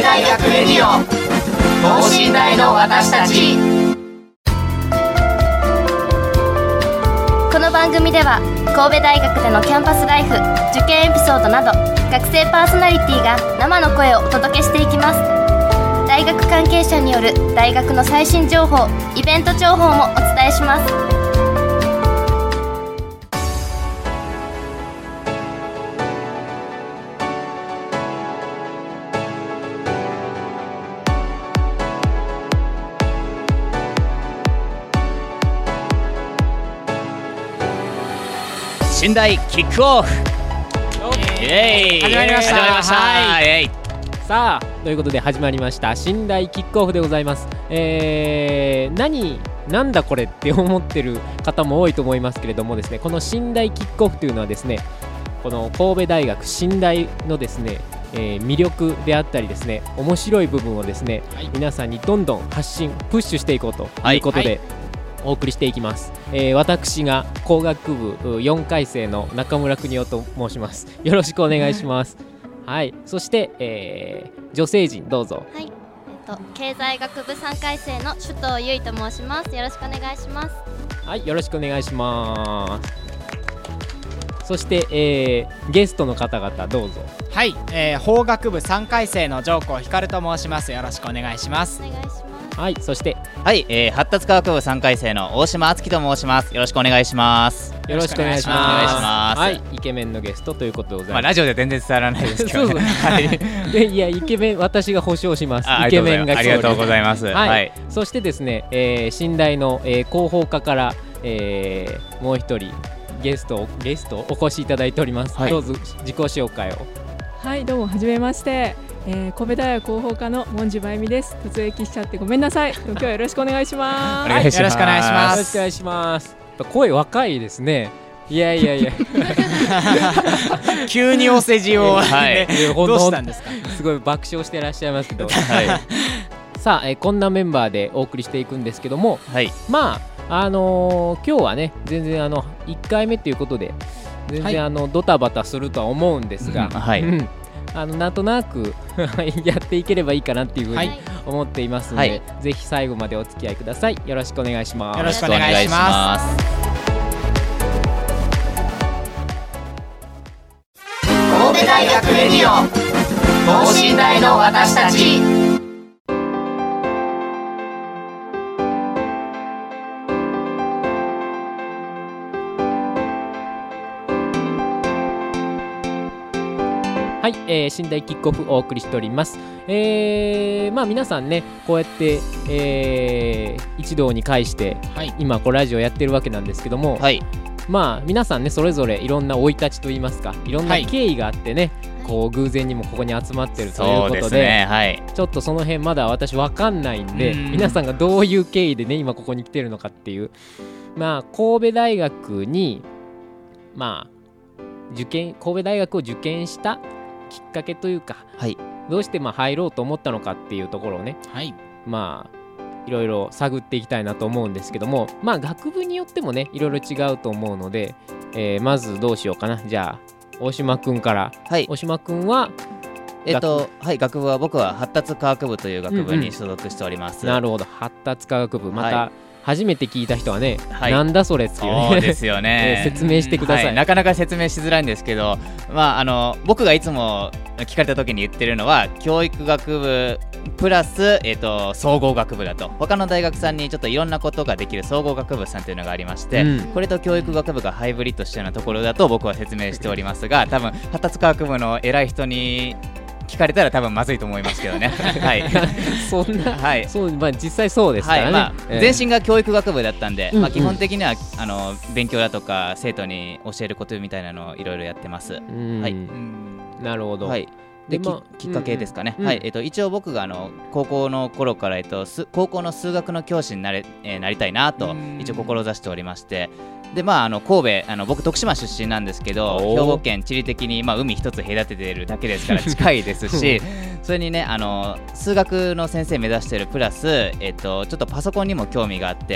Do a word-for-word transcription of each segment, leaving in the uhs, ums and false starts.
戸大学レディオ等身大の私たち。 この番組では神戸大学でのキャンパスライフ、受験エピソードなど学生パーソナリティが生の声をお届けしていきます。大学関係者による大学の最新情報、イベント情報もお伝えします。 新大キックオフ、イエーイ、 始まりました。 始まりました、 はい、 イエーイ。 さあということで始まりました新大キックオフでございます。えー、何なんだこれって思ってる方も多いと思いますけれどもですね、この新大キックオフというのはですね、この神戸大学新大のですね、えー、魅力であったりですね、面白い部分をですね、はい、皆さんにどんどん発信プッシュしていこうということで、はいはい、お送りしていきます。えー、私が工学部よんかい生の中村邦夫と申します。よろしくお願いします。はい、そして、えー、女性陣どうぞ。 はい、えっと、経済学部さんかい生の首藤優衣と申します。よろしくお願いします。 はい、よろしくお願いします。そして、えー、ゲストの方々どうぞ。 はい、えー、法学部さんかい生の上甲光と申します。よろしくお願いします。 お願いします。 はい、そしてはい、えー、発達科学部さんかい生の大島敦樹と申します。よろしくお願いします。 よろしくお願いします。 お願いします。 はい、イケメンのゲストということでございます。 まあ、ラジオで全然伝わらないですけどね。そうそう、はい、 でいやイケメン、私が保証します。イケメンがありがとうございます。 はい、はい、そしてですね、えー、新大の、えー、広報課から、えー、もう一人ゲストゲストお越しいただいております。はい、どうぞ自己紹介を。 はい、どうもはじめまして、えー、神戸大学広報課の門司真由美です。突撃しちゃってごめんなさい。今日はよろしくお願いします。 はい、よろしくお願いします。 よろしくお願いします。声若いですね。いやいやいや急にお世辞を、はい、どうしたんですか。 すごい爆笑してらっしゃいますけど、はい、さあ、えー、こんなメンバーでお送りしていくんですけども、はい、まああのー、今日はね全然あのいっかいめということで全然あの、はい、ドタバタするとは思うんですが、うん、はい、うん、あのなんとなくやっていければいいかなっていうふうに思っていますので、はい、ぜひ最後までお付き合いください。よろしくお願いします。 よろしくお願いします。 神戸大学レディオ等身大の私たち。 はい、えー、新大キックオフお送りしております。えー、まあ皆さんねこうやって、えー、一堂に会して、はい、今こうラジオやってるわけなんですけども、はい、まあ皆さんねそれぞれいろんな生い立ちといいますかいろんな経緯があってね、はい、こう偶然にもここに集まってるということ で, で、ね、はい、ちょっとその辺まだ私分かんないんで、ん皆さんがどういう経緯でね今ここに来てるのかっていう、まあ神戸大学にまあ受験神戸大学を受験したきっかけというか、はい、どうしてまあ入ろうと思ったのかっていうところをね、はい、まあいろいろ探っていきたいなと思うんですけども、まあ学部によってもねいろいろ違うと思うので、えー、まずどうしようかな。じゃあ大島くんから、はい、大島くんはえっとはい、学部は僕は発達科学部という学部に所属しております。 うんうん、なるほど、発達科学部、また、はい、初めて聞いた人はね、はい、なんだそれっていうね、 そうですよね説明してください。はい、 なかなか説明しづらいんですけど、まあ、あの僕がいつも聞かれた時に言ってるのは教育学部プラス、えー、と総合学部だと、他の大学さんにちょっといろんなことができる総合学部さんというのがありまして、うん、これと教育学部がハイブリッドしたようなところだと僕は説明しておりますが、多分発達科学部の偉い人に聞かれたら多分まずいと思いますけどね。はい。 そんな、はい、そう、まあ実際そうですからね。はい、まあえー、前身が教育学部だったんで、うんうん、まあ基本的にはあの勉強だとか生徒に教えることみたいなのをいろいろやってます。はい。 なるほど。 はい。で、まあ、き, きっかけですかね。うんうん、はい。えっと一応僕があの高校の頃からえっと高校の数学の教師になれ、えー、なりたいなと一応志しておりまして。でまあ、あの神戸あの僕徳島出身なんですけど、兵庫県地理的に、まあ、海一つ隔てているだけですから近いですしそれにねあの数学の先生目指しているプラス、えっと、ちょっとパソコンにも興味があって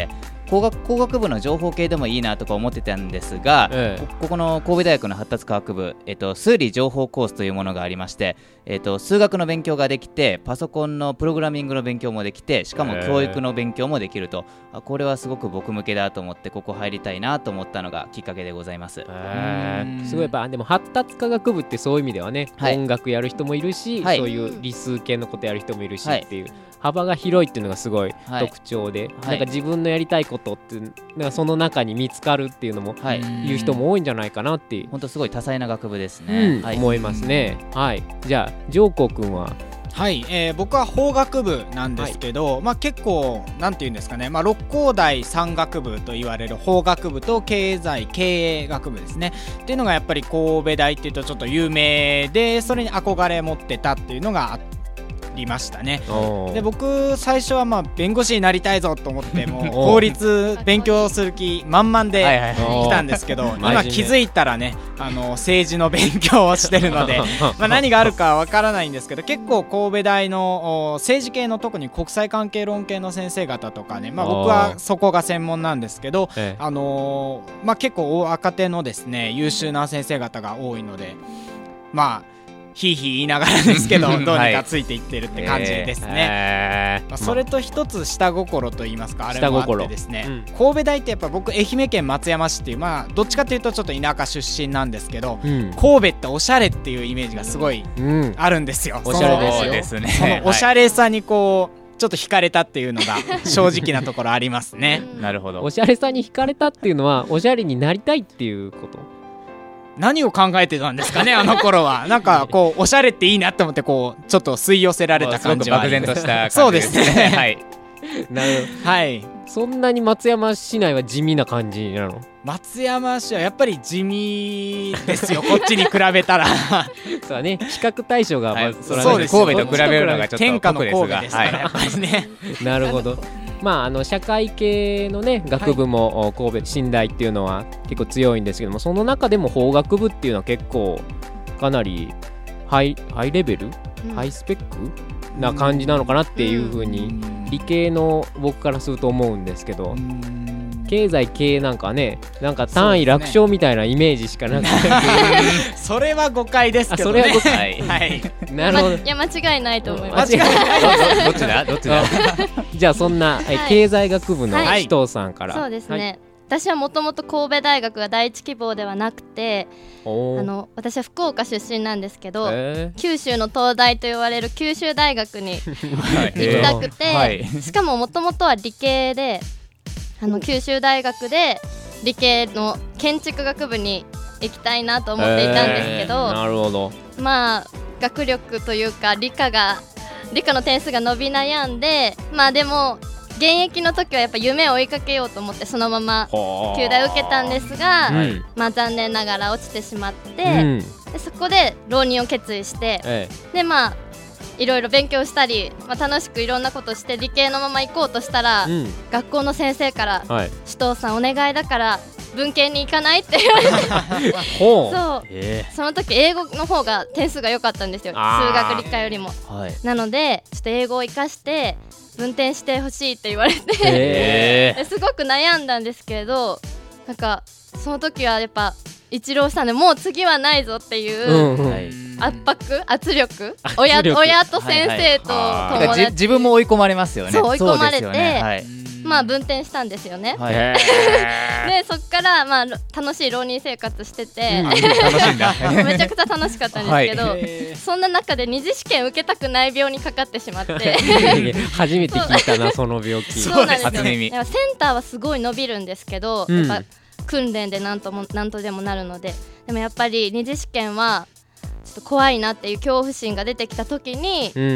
工学工学部の情報系でもいいなとか思ってたんですが、ええ、こ, ここの神戸大学の発達科学部、えっと、数理情報コースというものがありまして、えっと、数学の勉強ができてパソコンのプログラミングの勉強もできて、しかも教育の勉強もできると、えー、これはすごく僕向けだと思ってここ入りたいなと思ったのがきっかけでございます。 えー、すごいやっぱでも発達科学部ってそういう意味ではね、はい、音楽やる人もいるし、はい、そういう理数系のことやる人もいるしっていう、はい、幅が広いっていうのがすごい特徴で、はい、なんか自分のやりたいことってなんかその中に見つかるっていうのも、はい、いう人も多いんじゃないかなっていう、 本当すごい多彩な学部ですね、 うんはい、思いますね。はい、じゃあ上皇くんは。 はい、えー、僕は法学部なんですけど、はい、まあ、結構なんていうんですかね、まあ、六甲大三学部と言われる法学部と経済経営学部ですねっていうのがやっぱり神戸大っていうとちょっと有名で、それに憧れ持ってたっていうのがあってりましたね。で僕最初はまあ弁護士になりたいぞと思ってもう法律勉強する気満々で来たんですけど、今気づいたらねあの政治の勉強をしてるのでまあ何があるかわからないんですけど、結構神戸大の政治系の特に国際関係論系の先生方とかね、まあ、僕はそこが専門なんですけど、あのーまあ、結構若手のですね優秀な先生方が多いので、まあひいひい言いながらですけどどうにかついていってるって感じですね、はいえーまあ、それと一つ下心といいますか、あれもあってですね、うん、神戸大ってやっぱ僕愛媛県松山市っていう、まあどっちかというとちょっと田舎出身なんですけど、うん、神戸っておしゃれっていうイメージがすごいあるんですよ、うん、 おしゃれですよ。 そのおしゃれさにこうちょっと惹かれたっていうのが正直なところありますねなるほど。 おしゃれさに惹かれたっていうのはおしゃれになりたいっていうこと？ 何を考えてたんですかねあの頃は。なんかこうおしゃれっていいなって思ってこうちょっと吸い寄せられた感じは漠然とした感じそうですねはいなるほど、はい、そんなに松山市内は地味な感じなの？ 松山市はやっぱり地味ですよこっちに比べたらそうね、比較対象が、 はい、そそうです神戸と比べるのがちょっと天下の神戸ですから、はい、やっぱりねなるほど。まあ、あの社会系のね学部も神戸新大っていうのは結構強いんですけども、その中でも法学部っていうのは結構かなりハイ、ハイレベル、うん、ハイスペックな感じなのかなっていう風に理系の僕からすると思うんですけど、経済系なんかね、なんか単位楽勝みたいなイメージしかなくてそ,、それは誤解ですけどね。 それは誤解、 はい、 なるほど、 ま、いや間違いないと思います。 間違いないどっちだどっちだじゃあそんな、はい、経済学部の紫藤さんから、 はい、そうですね、はい、私はもともと神戸大学が第一希望ではなくて、あの私は福岡出身なんですけど、九州の東大と言われる九州大学に行きたくて、はい、しかももともとは理系で、あの九州大学で理系の建築学部に行きたいなと思っていたんですけど、 なるほど、 まあ学力というか理科が理科の点数が伸び悩んで、まあでも現役の時はやっぱ夢を追いかけようと思ってそのまま九大受けたんですが、まあ残念ながら落ちてしまって、うん、でそこで浪人を決意して、ええ、でまあいろいろ勉強したり、まあ、楽しくいろんなことして理系のまま行こうとしたら、うん、学校の先生から、はい、首藤さんお願いだから文系に行かないって言われてそう、えー、その時英語の方が点数が良かったんですよ、数学理科よりも、はい、なのでちょっと英語を生かして文転してほしいって言われて、えー、すごく悩んだんですけれど、なんかその時はやっぱ一浪したんでもう次はないぞっていう、うんうん、圧迫圧力、親、親と先生と友達、 自分も追い込まれますよね。 そう追い込まれて、ね、はい、まあ分転したんですよね、はい、でそっから、まあ、楽しい浪人生活してて、うん、楽しいんだめちゃくちゃ楽しかったんですけど、はい、そんな中で二次試験受けたくない病にかかってしまって初めて聞いたなその病気。 そうなんですよ、ね、センターはすごい伸びるんですけど、うん、やっぱ訓練でなんともなんとでもなるので、でもやっぱり二次試験はちょっと怖いなっていう恐怖心が出てきた時に、うん、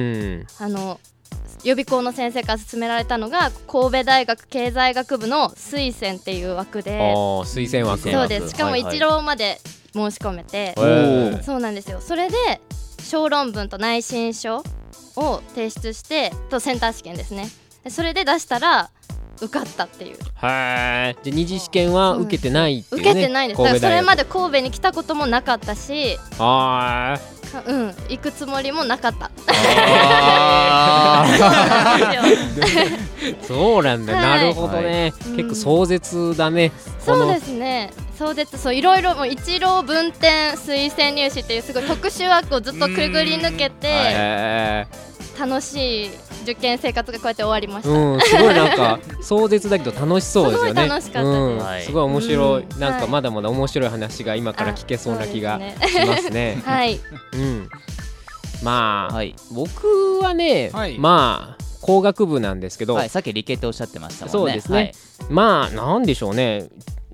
あの予備校の先生から勧められたのが神戸大学経済学部の推薦っていう枠で、 推薦枠、 そうです。しかも一浪まで申し込めて、はいはい、そうなんですよ。それで小論文と内申書を提出してとセンター試験ですね。それで出したら受かったっていう。 はい。じゃあ二次試験は受けてないっていうね。 受けてないんです。だからそれまで神戸に来たこともなかったし、 ああ、うん、行くつもりもなかった。 そうなんだ、はい、なるほどね、はい、結構壮絶だね、 うん、そうですね、壮絶、そういろいろもう一浪分転推薦入試っていうすごい特殊枠をずっとくぐり抜けて楽しい受験生活がこうやって終わりました。 うん、すごいなんか壮絶だけど楽しそうですよね。 すごい楽しかったです、 うん、すごい面白い、うん、なんかまだまだ面白い話が今から聞けそうな気がしますね。 はい、 うん、まあ、はい、僕はね、はい、まあ工学部なんですけど、 はい、さっき理系っておっしゃってましたもんね。 そうですね、はい、まあなんでしょうね、うん、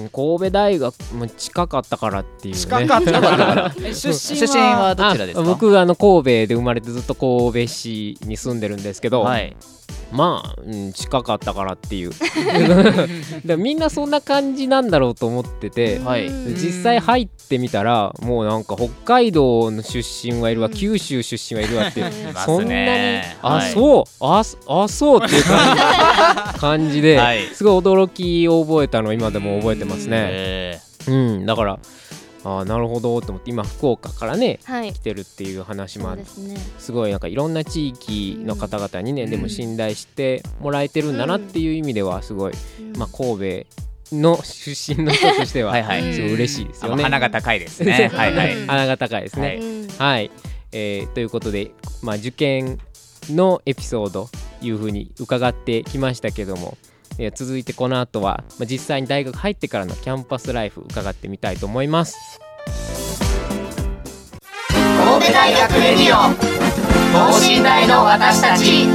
神戸大学も近かったからっていうね。 近かったから出身 は, 出身はどちらですか？ 僕はあの神戸で生まれてずっと神戸市に住んでるんですけど、はい、まあ、うん、近かったからっていうでみんなそんな感じなんだろうと思ってて、はい、実際入ってみたらもうなんか北海道の出身はいるわ、九州出身はいるわってそんなにあ、はい、そうああそうっていう感じ, 感じで、はい、すごい驚きを覚えたのを今でも覚えてますね。うん、だからあなるほどと思って、今福岡からね、はい、来てるっていう話もあって、ね、すごいなんかいろんな地域の方々にね、うん、でも信頼してもらえてるんだなっていう意味ではすごい、うんまあ、神戸の出身の人としてはすごい嬉しいですよね。 鼻が高いですねはい、はい、 鼻が高いですね、はいはいえー、ということで、まあ、受験のエピソードいう風に伺ってきましたけども、えー、続いてこの後は、まあ、実際に大学入ってからのキャンパスライフ伺ってみたいと思います。 神戸大学レディオ等身大の私たち。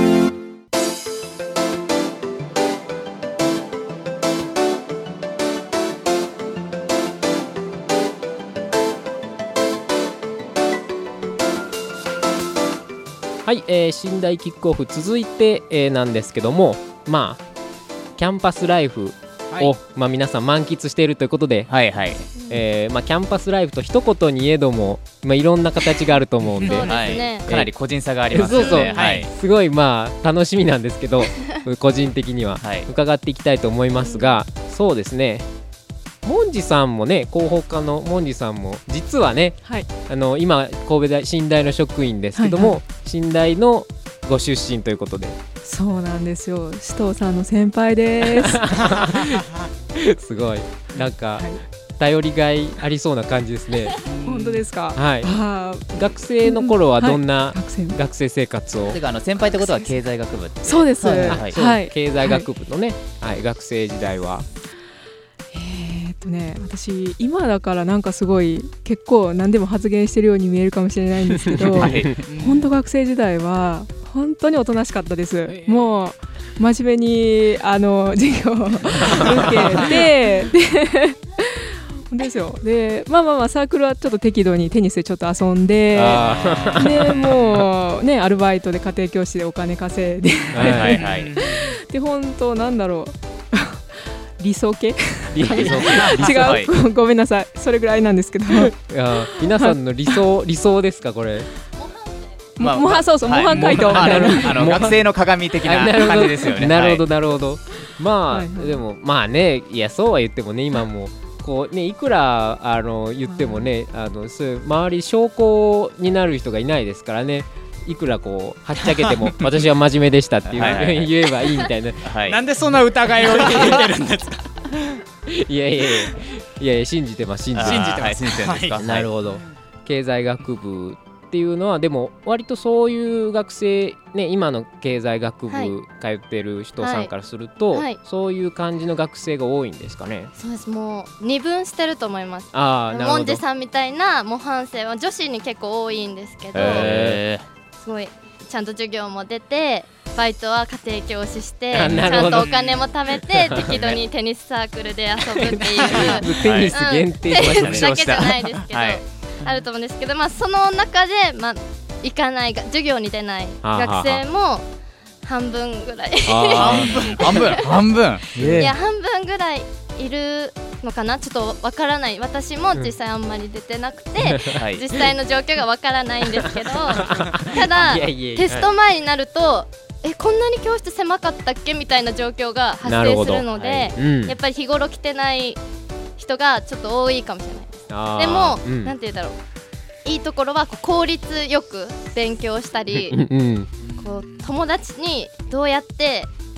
はい、えー、新大キックオフ続いて、えー、なんですけども、まあキャンパスライフを、はいまあ、皆さん満喫しているということで、はいはいえーまあ、キャンパスライフと一言に言えども、まあ、いろんな形があると思うんで、 はい、かなり個人差がありますので、そうそう、はい、 すごいまあ楽しみなんですけど個人的には、はい、伺っていきたいと思いますが、そうですね、モンジさんもね、広報課のモンジさんも実はね、はい、あの今神戸大新大の職員ですけども、はいはい、新大のご出身ということで。 そうなんですよ、首藤さんの先輩ですすごいなんか、はい、頼りがいありそうな感じですね本当ですか、 はい、あ学生の頃はどんな学生生活を、 てかあの先輩ってことは経済学部って。 そうです、はいはいはい、経済学部のね、はいはい、学生時代はえーっとね、私今だからなんかすごい結構何でも発言してるように見えるかもしれないんですけど、はい、本当学生時代は本当におとなしかったです、えー、もう真面目にあの授業を受けてでですよ。でまあまあまあサークルはちょっと適度にテニスでちょっと遊んで、でもうねアルバイトで家庭教師でお金稼いで、はいはいはい、で本当なんだろう理想系違うごめんなさい、それぐらいなんですけどいや皆さんの理想理想ですかこれ。 まあ、模範そうそう、はい、模範解答みたいな、 あの学生の鏡的な感じですよね。 なるほどなるほど、まあ、はいはい、でもまあね、いやそうは言ってもね、今もこうね、いくらあの言ってもね、あのそういう周り証拠になる人がいないですからね、いくらこうはっちゃけても私は真面目でしたっていうはい、はい、言えばいいみたいな、 はい、なんでそんな疑いを入れてるんですかいやいやいやいやいや信じてます信じてます、 はい、信じてますか、 はい、なるほど、経済学部っていうのはでも割とそういう学生ね、今の経済学部通ってる人さんからすると、はいはい、そういう感じの学生が多いんですかね。 そうです、もう二分してると思います。あ、モンジさんみたいな模範生は女子に結構多いんですけど、すごいちゃんと授業も出て、バイトは家庭教師してちゃんとお金も貯めて適度にテニスサークルで遊ぶっていうテニス限定しましたね、 テニスだけじゃないですけど、はい、あると思うんですけど、まあ、その中で、まあ、行かないが授業に出ない学生も半分ぐらい半分半分いや半分ぐらいいるのかな、ちょっとわからない。私も実際あんまり出てなくて、うん、実際の状況がわからないんですけどただいやいやいやテスト前になるとえこんなに教室狭かったっけみたいな状況が発生するので、はいうん、やっぱり日頃来てない人がちょっと多いかもしれないです。でも、うん、なんて言うんだろう、いいところはこう効率よく勉強したり、うん、こう友達にどうやって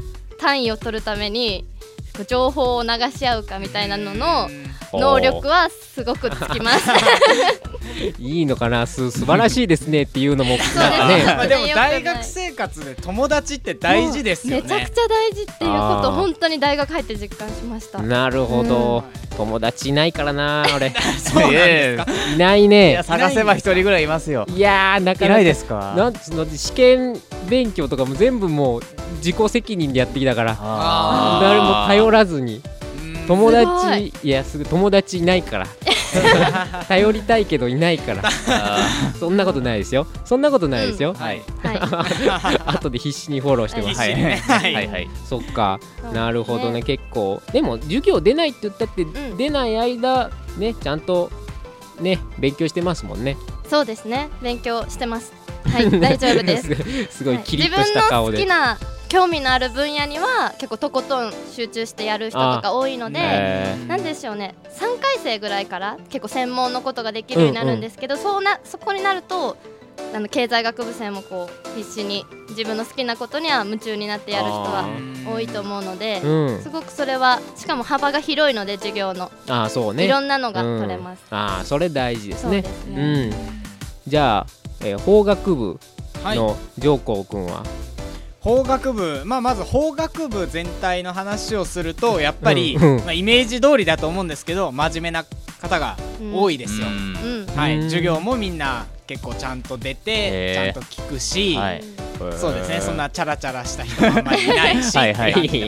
単位を取るために情報を流し合うかみたいなのの能力はすごくつきますいいのかな、す素晴らしいですねっていうのもなんかねまあでも大学生活で友達って大事ですよね。 めちゃくちゃ大事っていうことを本当に大学入って実感しました。 なるほど、うん、友達いないからな俺そうなんですかいないね。 いや探せば一人ぐらいいますよ。 いやーなかなかいないですか。 なんつうの、試験勉強とかも全部もう自己責任でやってきたから誰も頼らずに友達いやすぐ友達いないから頼りたいけどいないからそんなことないですよそんなことないですよ、うん、はい、はい、後で必死にフォローしてます、はいはいはいはい、そっか、なるほどね、結構でも授業出ないって言ったって、うん、出ない間ねちゃんとね勉強してますもんね。 そうですね、勉強してます。はい大丈夫ですすごいキリッとした顔で、 自分の好きな興味のある分野には結構とことん集中してやる人とか多いので、なんでしょうね、さんかい生ぐらいから結構専門のことができるようになるんですけど、うんうん、そうなそこになるとあの経済学部生もこう必死に自分の好きなことには夢中になってやる人は多いと思うので、うん、すごくそれはしかも幅が広いので授業のあそうね、 いろんなのが取れます、 うん、あそれ大事ですね。 そうですね、うん、 じゃあ、えー、法学部の上皇くんは、はい、 法学部、まあ、まず法学部全体の話をするとやっぱり、うんうんまあ、イメージ通りだと思うんですけど真面目な方が多いですよ、うんはい、授業もみんな結構ちゃんと出てちゃんと聞くし、はい、そうですね、そんなチャラチャラした人もあんまりいないしはいはい、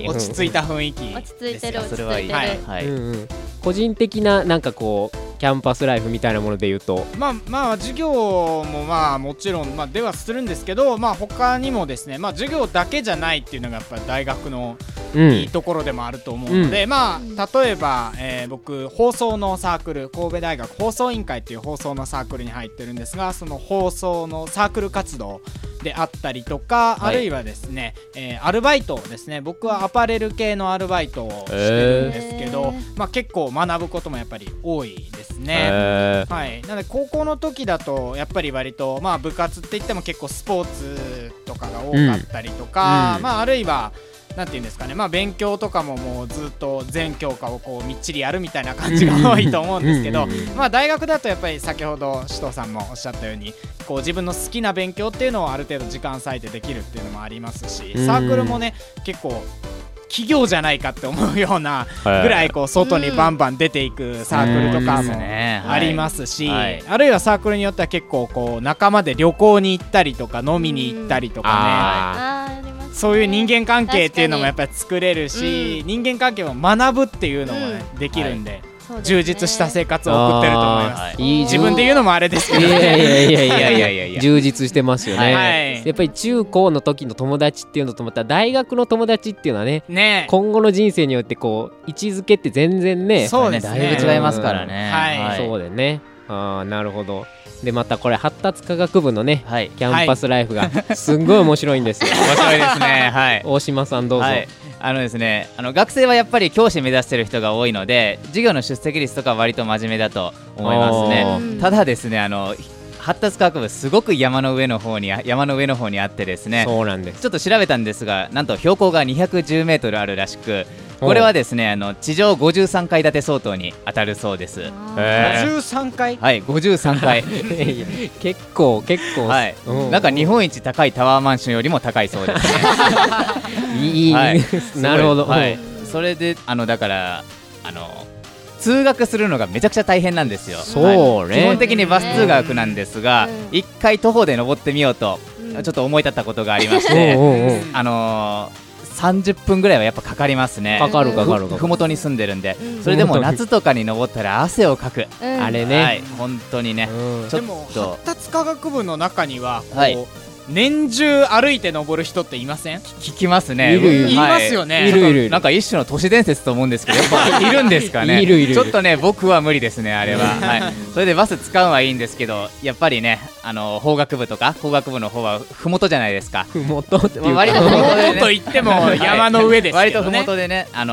落ち着いた雰囲気ですよ。 落ち着いてる落ち着いてる、 はいはいうんうん、個人的ななんかこうキャンパスライフみたいなもので言うとまあまあ授業もまあもちろん、まあ、ではするんですけど、まあ、他にもですね、まあ、授業だけじゃないっていうのがやっぱり大学のいいところでもあると思うので、うん、まあ例えば、えー、僕放送のサークル神戸大学放送委員会っていう放送のサークルに入ってるんですが、その放送のサークル活動であったりとか、はい、あるいはですね、えー、アルバイトですね、僕はアパレル系のアルバイトをしてるんですけど、まあ、結構学ぶこともやっぱり多いですね、はい、なので高校の時だとやっぱり割と、まあ、部活って言っても結構スポーツとかが多かったりとか、うんまあ、あるいはなんていうんですかね、まあ、勉強とかももうずっと全教科をこうみっちりやるみたいな感じが多いと思うんですけど、まあ大学だとやっぱり先ほど首藤さんもおっしゃったようにこう自分の好きな勉強っていうのをある程度時間割いてできるっていうのもありますし、サークルもね結構企業じゃないかって思うようなぐらいこう外にバンバン出ていくサークルとかもありますし、あるいはサークルによっては結構こう仲間で旅行に行ったりとか飲みに行ったりとかね、そういう人間関係っていうのもやっぱり作れるし、うん、人間関係を学ぶっていうのも、ねうん、できるんで、はい、充実した生活を送ってると思います。いい自分で言うのもあれですけど、ね、いやいやいやいやいやいやいや充実してますよね、はい、やっぱり中高の時の友達っていうのとまた大学の友達っていうのは ね, ね今後の人生によってこう位置づけって全然ねそうですね、だいぶ違いますからね、 うんはい、そうだよね。あなるほど。でまたこれ発達科学部のね、はい、キャンパスライフがすんごい面白いんですよ面白いですね、はい、 大島さんどうぞ、はい、 あのですね、あの学生はやっぱり教師目指してる人が多いので授業の出席率とかは割と真面目だと思いますね。ただですね、あの発達科学部すごく山の上の方に山の上の方にあってですね、 そうなんです。 ちょっと調べたんですが、なんと標高がにひゃくじゅうメートルあるらしく、これはですね、あの地上ごじゅうさんかい建て相当に当たるそうです。 ごじゅうさんかい？ はい、ごじゅうさんかい結構結構、 はい、なんか日本一高いタワーマンションよりも高いそうですねいい、はい、なるほど、 はい、それであのだからあの通学するのがめちゃくちゃ大変なんですよ。 そうね、 基本的にバス通学なんですが、一回徒歩で登ってみようとちょっと思い立ったことがありまして、あのーさんじゅっぷんぐらいはやっぱかかりますね。 かかるかかるかかる。 ふもとに住んでるんで、それでも夏とかに登ったら汗をかく、 うん、あれね、 はい、本当にね、 うん、ちょっとでも発達科学部の中にはこう、はい、年中歩いて登る人っていません？ 聞きますね。 いるいる、 いますよね。 いるいる。 なんか一種の都市伝説と思うんですけど、やっぱいるんですかね。 いるいる。 ちょっとね、僕は無理ですね、あれは。はい。それでバス使うのはいいんですけど、やっぱりね、あの法学部とか法学部の方はふもとじゃないですか。 ふもとっていうか、 割とふもとでね。 と言っても山の上ですけどね。 割とふもとでね、あの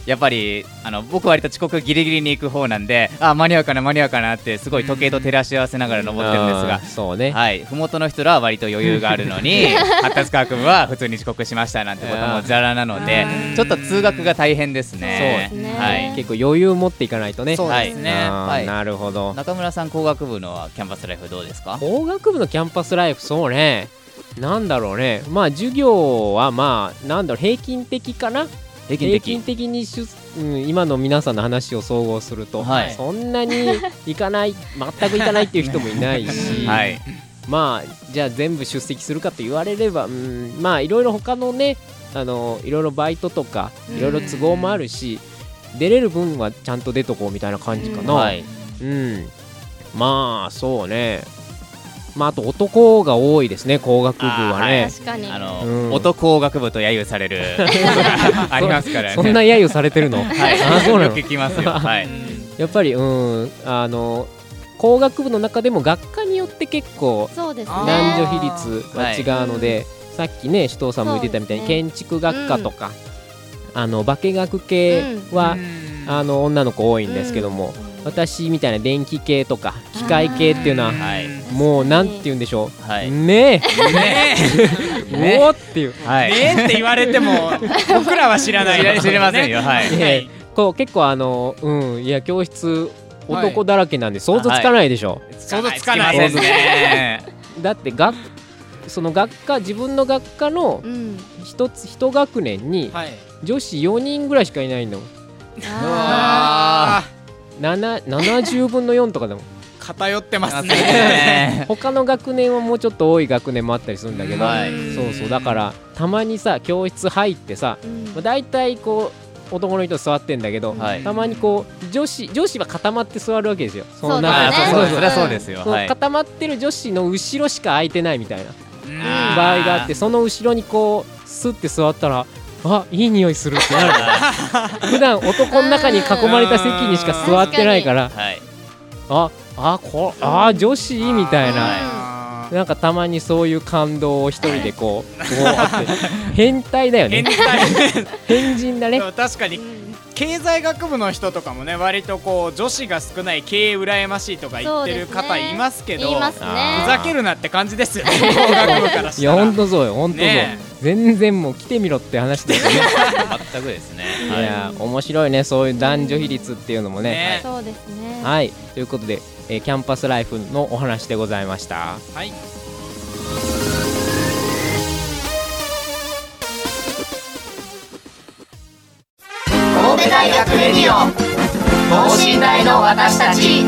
やっぱりあの僕割と遅刻ギリギリに行く方なんで、あ間に合うかな間に合うかなってすごい時計と照らし合わせながら登ってるんですが、 そうね、 はい、麓の人らは割と余裕があるのに発達科学部は普通に遅刻しましたなんてこともザラなので、ちょっと通学が大変ですね。 そうですね、 はい、 結構余裕持っていかないとね。 そうですね、 はい、 なるほど。 中村さん工学部のキャンパスライフどうですか？ 工学部のキャンパスライフ、そうね、なんだろうね、まあ授業はまあなんだろう、平均的かな。 平均的、 平均的にしゅ、うん、今の皆さんの話を総合すると、はい、そんなに行かない全く行かないっていう人もいないし、はい、まあじゃあ全部出席するかと言われれば、うん、まあいろいろ他のね、あのいろいろバイトとかいろいろ都合もあるし、出れる分はちゃんと出とこうみたいな感じかな。はい、うん、まあそうね、まあ、あと男が多いですね、工学部はね。 確かにあの、うん、男工学部と揶揄されるありますからね。 そんな揶揄されてるの？ はい、あ、そうなの。よく聞きますよ。はい、 やっぱり、うん、あの工学部の中でも学科によって結構男女比率が違うので、はい、さっきね首藤さんも言ってたみたいに、ね、建築学科とか、うん、あの化学系は、うん、あの女の子多いんですけども、うん、私みたいな電気系とか機械系っていうのは、はい、もうなんて言うんでしょう、はい、ねえねえねえおーっていう、 はい、ねえって言われても僕らは知らない知れませんよ、はい、 はい、こう結構あの、うん、いや教室男だらけなんで想像つかないでしょ、 はい、想像つかないですねだって学その学科自分の学科の一つ一学年に女子よにんぐらいしかいないの。 あななじゅうぶんのよんとかでも偏ってますね他の学年はもうちょっと多い学年もあったりするんだけど、はい、そうそう、だからたまにさ教室入ってさ、まあ、だいたいこう男の人座ってんだけど、はい、たまにこう女子女子は固まって座るわけですよ。 その中で、ね、 そうそう、そりゃそうですよ、 はい、固まってる女子の後ろしか空いてないみたいな場合があって、その後ろにこうスッて座ったら、あ、いい匂いするってなる普段男の中に囲まれた席にしか座ってないから、ああこあ女子みたいな、なんかたまにそういう感動を一人でこう、こうあって変態だよね。変人だね。 確かに経済学部の人とかもね、割とこう女子が少ない経営羨ましいとか言ってる方いますけど、 ね、ね、 ふざけるなって感じですよね工学部からしたら。 いや本当そうよ、本当そう、ね、全然もう来てみろって話ですよね全くですね。 いや面白いね、そういう男女比率っていうのもね。 ね、そうですね。 はい、ということで、えー、キャンパスライフのお話でございました。 はい、 神戸大学レディオ等身大の私たち。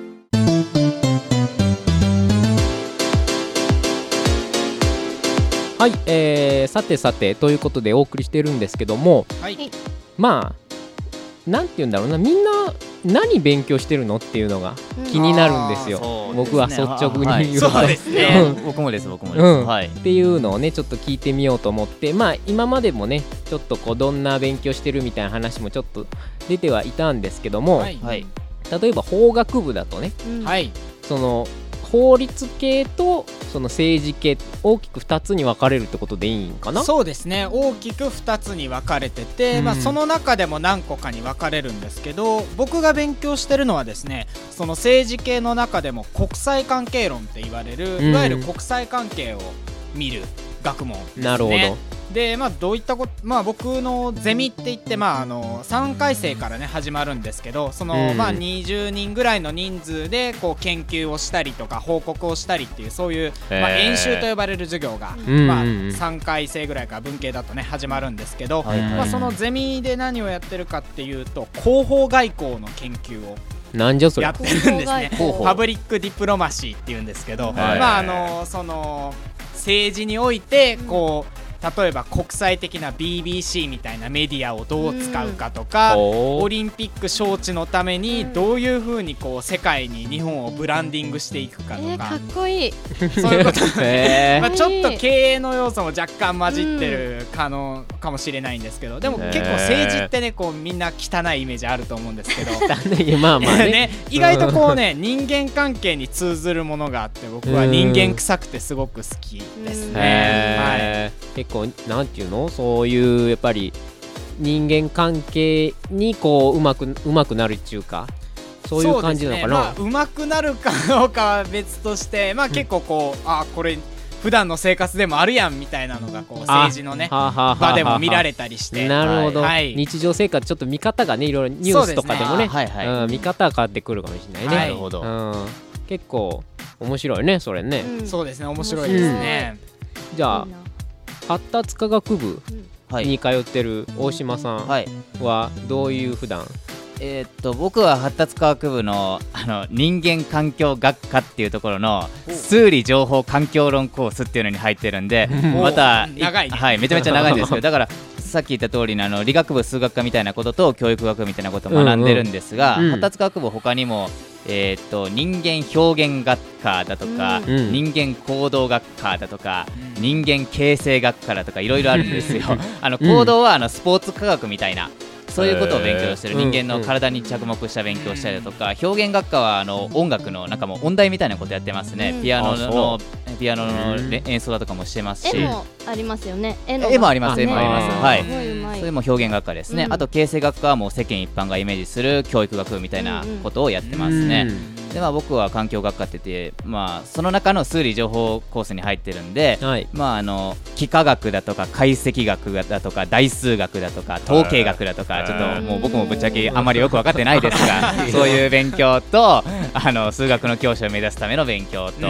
はい、えー、さてさてということでお送りしてるんですけども、はい、まあなんて言うんだろうな、みんな何勉強してるのっていうのが気になるんですよ、うん、僕は率直に言うと、 そうですね僕もです僕もです、 うん、 はい、 っていうのをねちょっと聞いてみようと思って、まあ今までもねちょっとこうどんな勉強してるみたいな話もちょっと出てはいたんですけども、はいはい、例えば法学部だとね、うん、その法律系とその政治系大きくふたつに分かれるってことでいいんかな。 そうですね、大きくふたつに分かれてて、うん、まあ、その中でも何個かに分かれるんですけど、僕が勉強してるのはですね、その政治系の中でも国際関係論って言われる、うん、いわゆる国際関係を見る学問ですね。 なるほど。 で、まあ、どういったこと、まあ、僕のゼミって言って、まあ、あのさんかい生からね始まるんですけど、その、うん、まあ、にじゅうにんぐらいの人数でこう研究をしたりとか報告をしたりっていう、そういう、まあ、演習と呼ばれる授業が、まあ、さんかい生ぐらいから文系だとね始まるんですけど、はいはい、まあ、そのゼミで何をやってるかっていうと、広報外交の研究をなんじゃそれやってるんですね。パブリックディプロマシーっていうんですけど、まあ、あのその政治においてこう、例えば国際的な ビービーシー みたいなメディアをどう使うかとか、うん、オリンピック招致のためにどういう風にこう世界に日本をブランディングしていくかとか、えー、 かっこいいそういうことで、まあ、ちょっと経営の要素も若干混じってるかの、うん、かもしれないんですけど、でも結構政治ってねこうみんな汚いイメージあると思うんですけどまあまあねね、意外とこうね人間関係に通ずるものがあって、僕は人間臭くてすごく好きですね。 はい、結構なんていうの、そういうやっぱり人間関係にこううまくうまくなるっていうか、そういう感じなのかな。 そうですね、まあ、うまくなるかどうかは別として、まあ、結構こう、うん、あこれ普段の生活でもあるやんみたいなのがこう政治のね場でも見られたりして、 なるほど、はい、日常生活ちょっと見方がねいろいろニュースとかでもね、ね、はいはい、うん、見方が変わってくるかもしれないね、はい、なるほど、うん、結構面白いねそれね、 うん、そうですね面白いですね、 うん、じゃあ発達科学部に通ってる大島さんはどういう普段、 えー、っと僕は発達科学部 の, あの人間環境学科っていうところの数理情報環境論コースっていうのに入ってるんで、また長いね、 はい、めちゃめちゃ長いんですけどだからさっき言った通りのあの理学部数学科みたいなことと教育学部みたいなことを学んでるんですが、うんうん、発達科学部他にもえー、と人間表現学科だとか、うん、人間行動学科だとか、うん、人間形成学科だとかいろいろあるんですよあの行動はあのスポーツ科学みたいなそういうことを勉強してる、人間の体に着目した勉強したりだとか、表現学科はあの音楽のなんかもう音大みたいなことやってますね、ピアノのピアノの演奏だとかもしてますし、 絵もありますよね、 絵の絵もあります、絵もあります、はい、それも表現学科ですね、うん、あと形成学科はもう世間一般がイメージする教育学部みたいなことをやってますね、うん、でまあ、僕は環境学科って言って、まあ、その中の数理情報コースに入ってるんで、はい、まあ、あの幾何学だとか解析学だとか大数学だとか統計学だとかちょっともう僕もぶっちゃけあまりよく分かってないですがそういう勉強とあの数学の教師を目指すための勉強と、うん、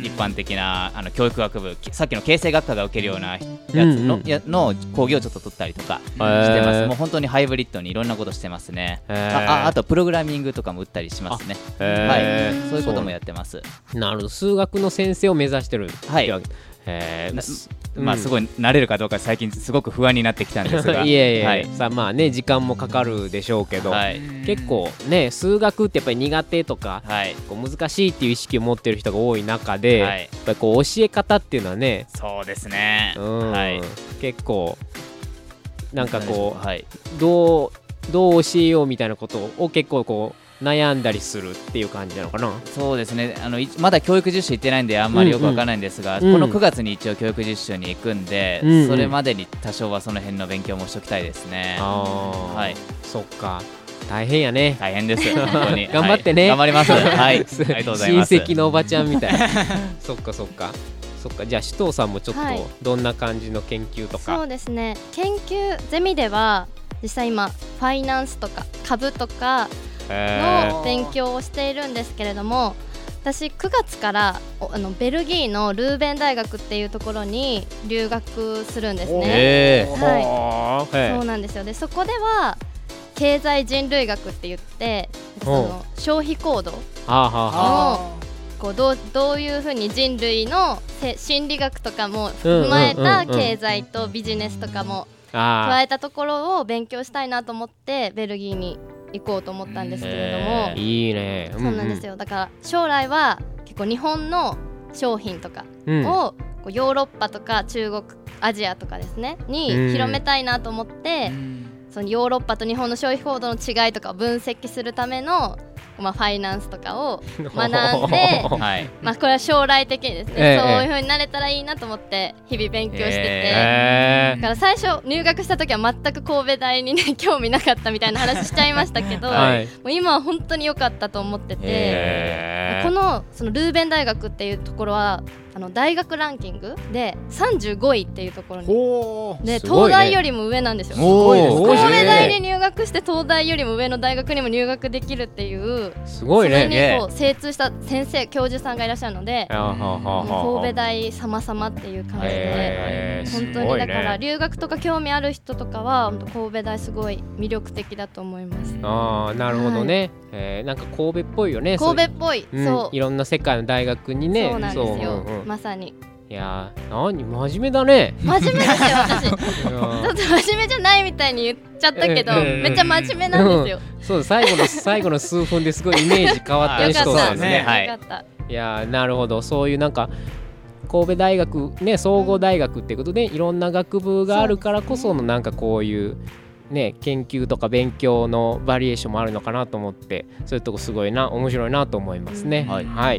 一般的なあの教育学部さっきの形成学科が受けるようなやつ の,、うんうん、やの講義をちょっと取ったりとかしてます。もう本当にハイブリッドにいろんなことしてますね。あ, あ, あとプログラミングとかも打ったりしますね。はい、そういうこともやってます。 なるほど、数学の先生を目指してる。はい。 えーまあ、すごい慣れるかどうか最近すごこく不安になってきたんですがいやいや、はい、さあまあね時間もかかるでしょうけど、はい、結構ね数学ってやっぱり苦手とか、はい、こう難しいっていう意識を持ってる人が多い中で、はい、やっぱりこう教え方っていうのはねそうですね、 うん、はい、結構なんかこう、はい、どうどう教えようみたいなことを結構こう悩んだりするっていう感じなのかな。 そうですね、あのまだ教育実習行ってないんであんまりよくわからないんですが、うんうん、このくがつに一応教育実習に行くんで、うんうん、それまでに多少はその辺の勉強もしておきたいですね。あ、 はい、そっか大変やね。 大変です本当に頑張ってね、 はい、頑張りますはいありがとうございます。 親戚のおばちゃんみたいそっかそっかそっか。じゃあ首藤さんもちょっとどんな感じの研究とか、 はい、そうですね、研究ゼミでは実際今ファイナンスとか株とかの勉強をしているんですけれども、私くがつからあのベルギーのルーベン大学っていうところに留学するんですね。はい、そうなんですよ。でそこでは経済人類学って言ってその消費行動のこうどう、どういうふうに人類の心理学とかも踏まえた経済とビジネスとかも加えたところを勉強したいなと思ってベルギーに行こうと思ったんですけれども、 いいね、 そうなんですよ。だから将来は結構日本の商品とかをこうヨーロッパとか中国アジアとかですねに広めたいなと思って、そのヨーロッパと日本の消費行動の違いとかを分析するためのまあ、ファイナンスとかを学んで、はい、まあこれは将来的にですね、えー、そういう風になれたらいいなと思って日々勉強してて、えー、だから最初入学した時は全く神戸大にね興味なかったみたいな話しちゃいましたけど、はい、もう今は本当に良かったと思ってて、えー、この、そのルーベン大学っていうところはあの大学ランキングでさんじゅうごいっていうところにで、ね、東大よりも上なんですよ。すごいですね。神戸大に入学して東大よりも上の大学にも入学できるっていうすごいね。 それにこう精通した先生教授さんがいらっしゃるので、神戸大様々っていう感じで、本当にだから留学とか興味ある人とかは神戸大すごい魅力的だと思います。 あー、なるほどね、はい、えー、なんか神戸っぽいよね。 神戸っぽい、 うん、そう、いろんな世界の大学にね。 そうなんですよ、うんうん、まさに。 いやー、何真面目だね。 真面目ですよ私ちょっと真面目じゃないみたいに言っちゃったけど、えー、めっちゃ真面目なんですよ、 うん、そう、最後の最後の数分ですごいイメージ変わった人そうですね。 はい、よかった。 いやー、なるほど。そういうなんか神戸大学ね、総合大学っていうことでいろんな学部があるからこそのなんかこういうね、研究とか勉強のバリエーションもあるのかなと思って、そういうとこすごいな、面白いなと思いますね、うん、はい、はい。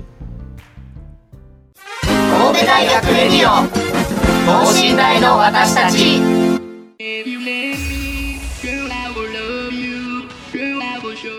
神戸大学レディオ等身大の私たち。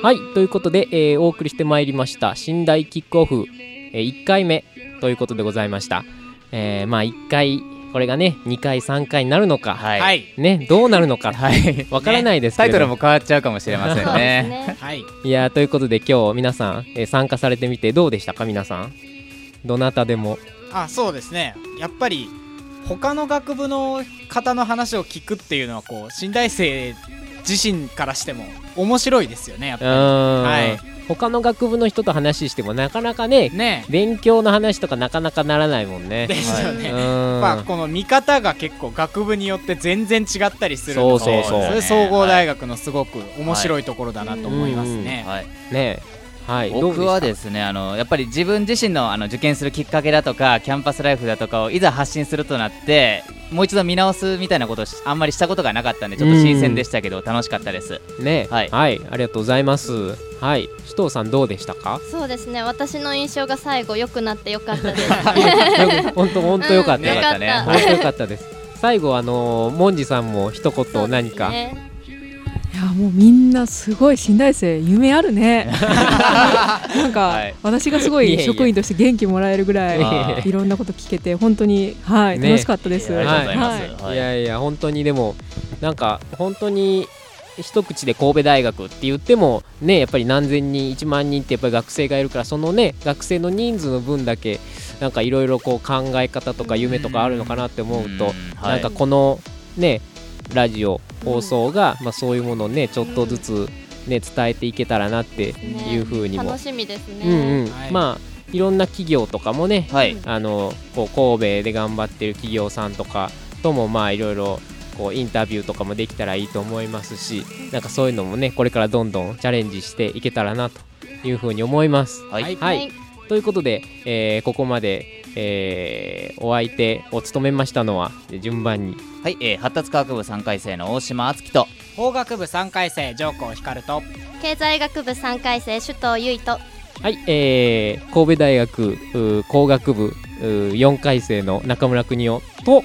はい、ということで、えー、お送りしてまいりました新大キックオフ、えー、いっかいめということでございました。えー、まあいっかいこれがねにかいさんかいになるのか、はい、ね、どうなるのかわ、はい、からないですけど、ね、タイトルも変わっちゃうかもしれませんねはい、いやということで今日皆さん、えー、参加されてみてどうでしたか？皆さんどなたでも。 あ、そうですね、やっぱり他の学部の方の話を聞くっていうのはこう新大生自身からしても面白いですよね、やっぱり。はい、 他の学部の人と話してもなかなか ね, ね勉強の話とかなかなかならないもんね。 ですよね、はい、まあ、この見方が結構学部によって全然違ったりするので、そうそうそう、それ総合大学のすごく面白いところだなと思いますね。 はい、 ねはい、 僕はですね、あのやっぱり自分自身のあの受験するきっかけだとかキャンパスライフだとかをいざ発信するとなってもう一度見直すみたいなことをあんまりしたことがなかったんでちょっと新鮮でしたけど楽しかったですね。はい、はい、ありがとうございます。はい、首藤さんどうでしたか？ そうですね、私の印象が最後良くなって良かったです本当本当良かった、 良かったね、 本当良かったです。最後あのー、モンジさんも一言何か、 ね、いやもうみんなすごい新大生夢あるねなんか、はい、私がすごい職員として元気もらえるぐらいいろんなこと聞けて本当に、はい、ね、楽しかったです。 ありがとうございます。 はい、いやいや本当にでもなんか本当に一口で神戸大学って言ってもねやっぱり何千人いちまん人ってやっぱり学生がいるからそのね学生の人数の分だけなんかいろいろこう考え方とか夢とかあるのかなって思うと、なんかこのねラジオ放送が、まあ、そういうものをねちょっとずつ、ね、伝えていけたらなっていうふうにも、 ね、楽しみですね。 うんうん、はい、まあいろんな企業とかもね、はい、あのこう神戸で頑張ってる企業さんとかともまあいろいろこうインタビューとかもできたらいいと思いますし、なんかそういうのもねこれからどんどんチャレンジしていけたらなというふうに思います。はい、はいはい、ということで、えー、ここまで、えー、お相手を務めましたのは順番に、 はい、えー、発達科学部さんかい生の大島敦樹と法学部さんかい生上皇光と経済学部さんかい生首藤結衣と、 はい、えー、神戸大学工学部よんかい生の中村邦夫と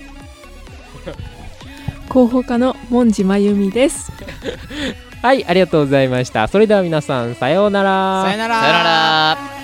広報課の門司真由美ですはい、ありがとうございました。それでは皆さんさようなら。 さようなら。 さようなら。